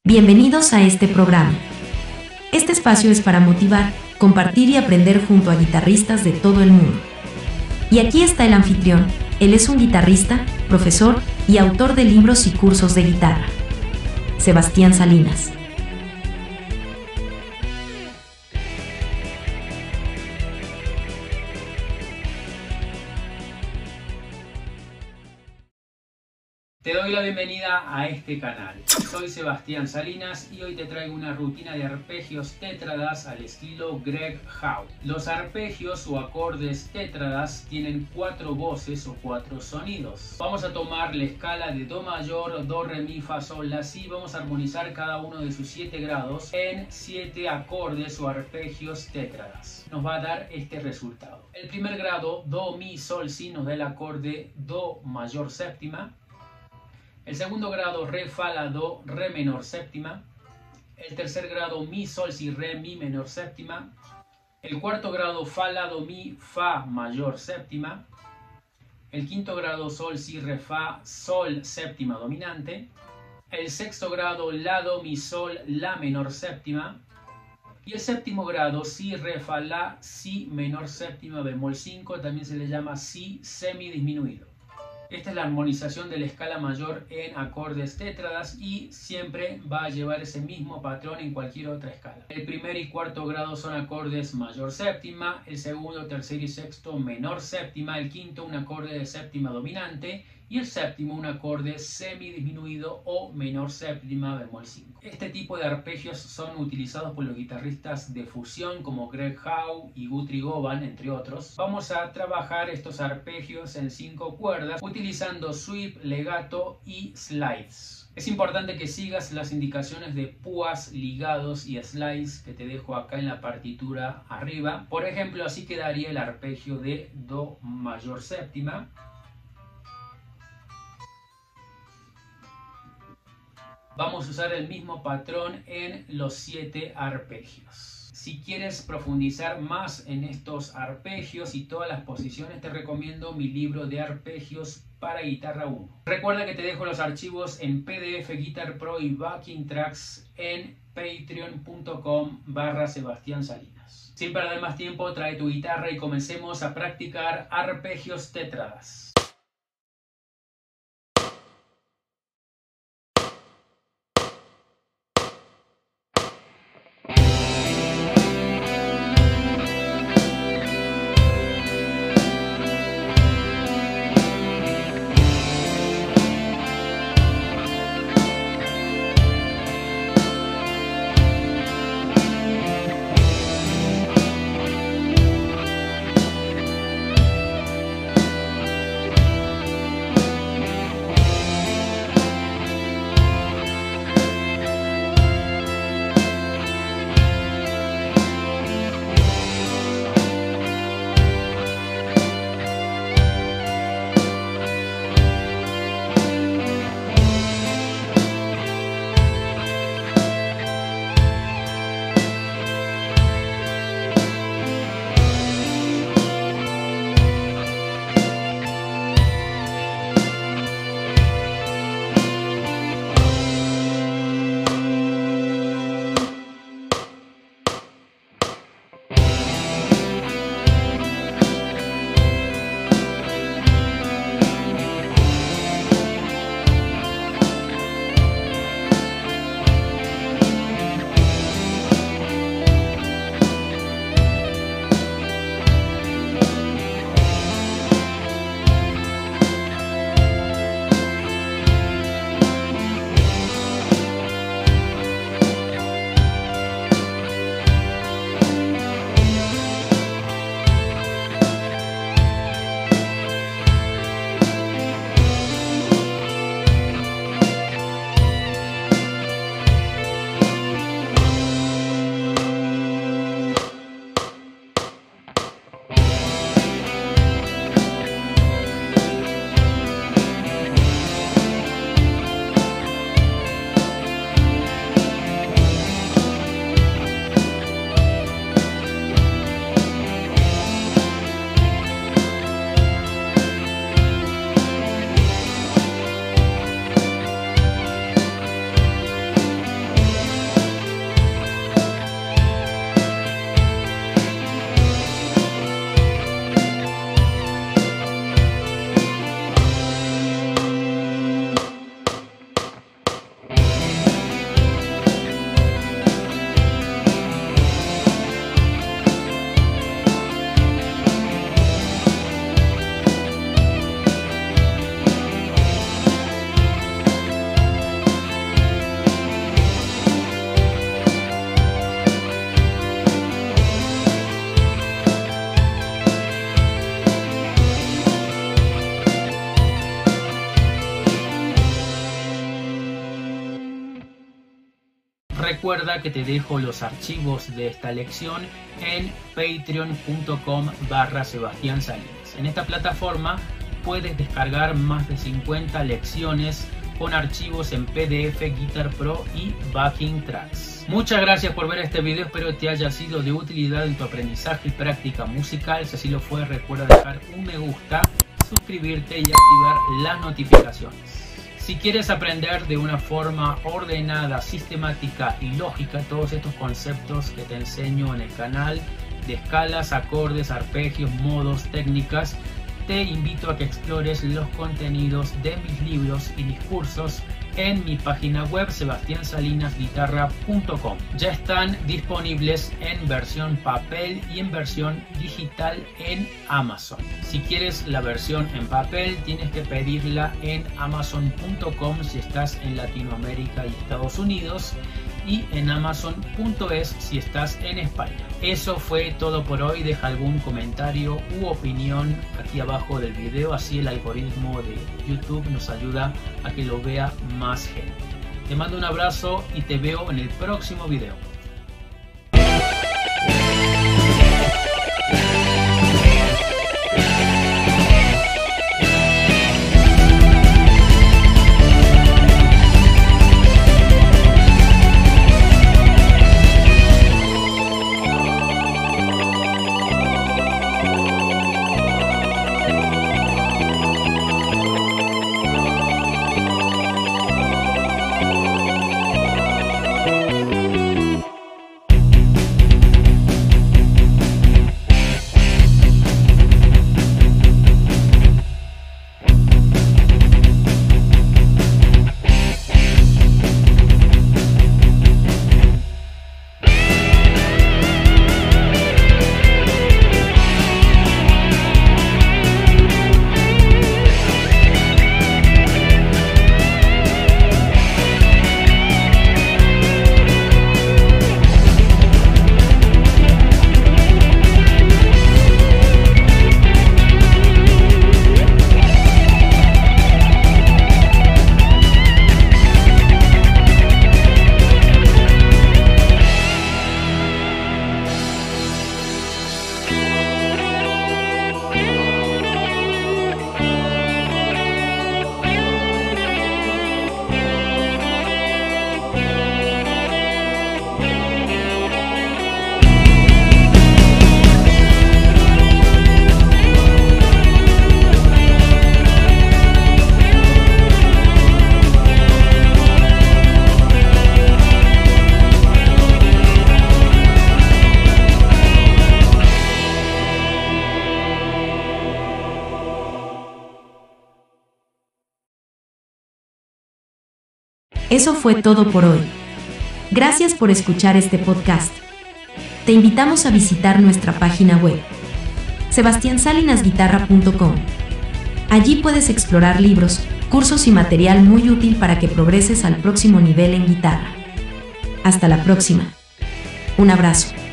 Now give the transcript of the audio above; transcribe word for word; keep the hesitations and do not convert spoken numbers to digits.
Bienvenidos a este programa. Este espacio es para motivar, compartir y aprender junto a guitarristas de todo el mundo. Y aquí está el anfitrión. Él es un guitarrista, profesor y autor de libros y cursos de guitarra. Sebastián Salinas. Te doy la bienvenida a este canal. Soy Sebastián Salinas y hoy te traigo una rutina de arpegios tétradas al estilo Greg Howe. Los arpegios o acordes tétradas tienen cuatro voces o cuatro sonidos. Vamos a tomar la escala de Do mayor, Do, Re, Mi, Fa, Sol, La, Si. Vamos a armonizar cada uno de sus siete grados en siete acordes o arpegios tétradas. Nos va a dar este resultado. El primer grado, Do, Mi, Sol, Si, nos da el acorde Do mayor séptima. El segundo grado, Re, Fa, La, Do, Re menor séptima. El tercer grado, Mi, Sol, Si, Re, Mi menor séptima. El cuarto grado, Fa, La, Do, Mi, Fa mayor séptima. El quinto grado, Sol, Si, Re, Fa, Sol séptima dominante. El sexto grado, La, Do, Mi, Sol, La menor séptima. Y el séptimo grado, Si, Re, Fa, La, Si menor séptima bemol cinco, también se le llama Si semidisminuido. Esta es la armonización de la escala mayor en acordes tétradas y siempre va a llevar ese mismo patrón en cualquier otra escala. El primer y cuarto grado son acordes mayor séptima, el segundo, tercer y sexto menor séptima, el quinto un acorde de séptima dominante y el séptimo un acorde semidisminuido o menor séptima bemol cinco. Este tipo de arpegios son utilizados por los guitarristas de fusión como Greg Howe y Guthrie Govan, entre otros. Vamos a trabajar estos arpegios en cinco cuerdas utilizando sweep, legato y slides. Es importante que sigas las indicaciones de púas, ligados y slides que te dejo acá en la partitura arriba. Por ejemplo, así quedaría el arpegio de Do mayor séptima. Vamos a usar el mismo patrón en los siete arpegios. Si quieres profundizar más en estos arpegios y todas las posiciones, te recomiendo mi libro de arpegios para guitarra uno. Recuerda que te dejo los archivos en P D F, Guitar Pro y Backing Tracks en patreon punto com barra Sebastián Salinas. Sin perder más tiempo, trae tu guitarra y comencemos a practicar arpegios tétradas. recuerda que te dejo los archivos de esta lección en patreon punto com barra Sebastián Salinas. En esta plataforma puedes descargar más de cincuenta lecciones con archivos en P D F, Guitar Pro y backing tracks. Muchas gracias por ver este video, espero te haya sido de utilidad en tu aprendizaje y práctica musical. Si así lo fue, recuerda dejar un me gusta, suscribirte y activar las notificaciones. Si quieres aprender de una forma ordenada, sistemática y lógica todos estos conceptos que te enseño en el canal de escalas, acordes, arpegios, modos, técnicas, te invito a que explores los contenidos de mis libros y mis cursos en mi página web sebastián salinas guitarra punto com. Ya están disponibles en versión papel y en versión digital en Amazon. Si quieres la versión en papel, tienes que pedirla en amazon punto com si estás en Latinoamérica y Estados Unidos, y en amazon punto es si estás en España. Eso fue todo por hoy. Deja algún comentario u opinión aquí abajo del video, así el algoritmo de YouTube nos ayuda a que lo vea más gente. Te mando un abrazo y te veo en el próximo video. Eso fue todo por hoy. Gracias por escuchar este podcast. Te invitamos a visitar nuestra página web, sebastián salinas guitarra punto com. Allí puedes explorar libros, cursos y material muy útil para que progreses al próximo nivel en guitarra. Hasta la próxima. Un abrazo.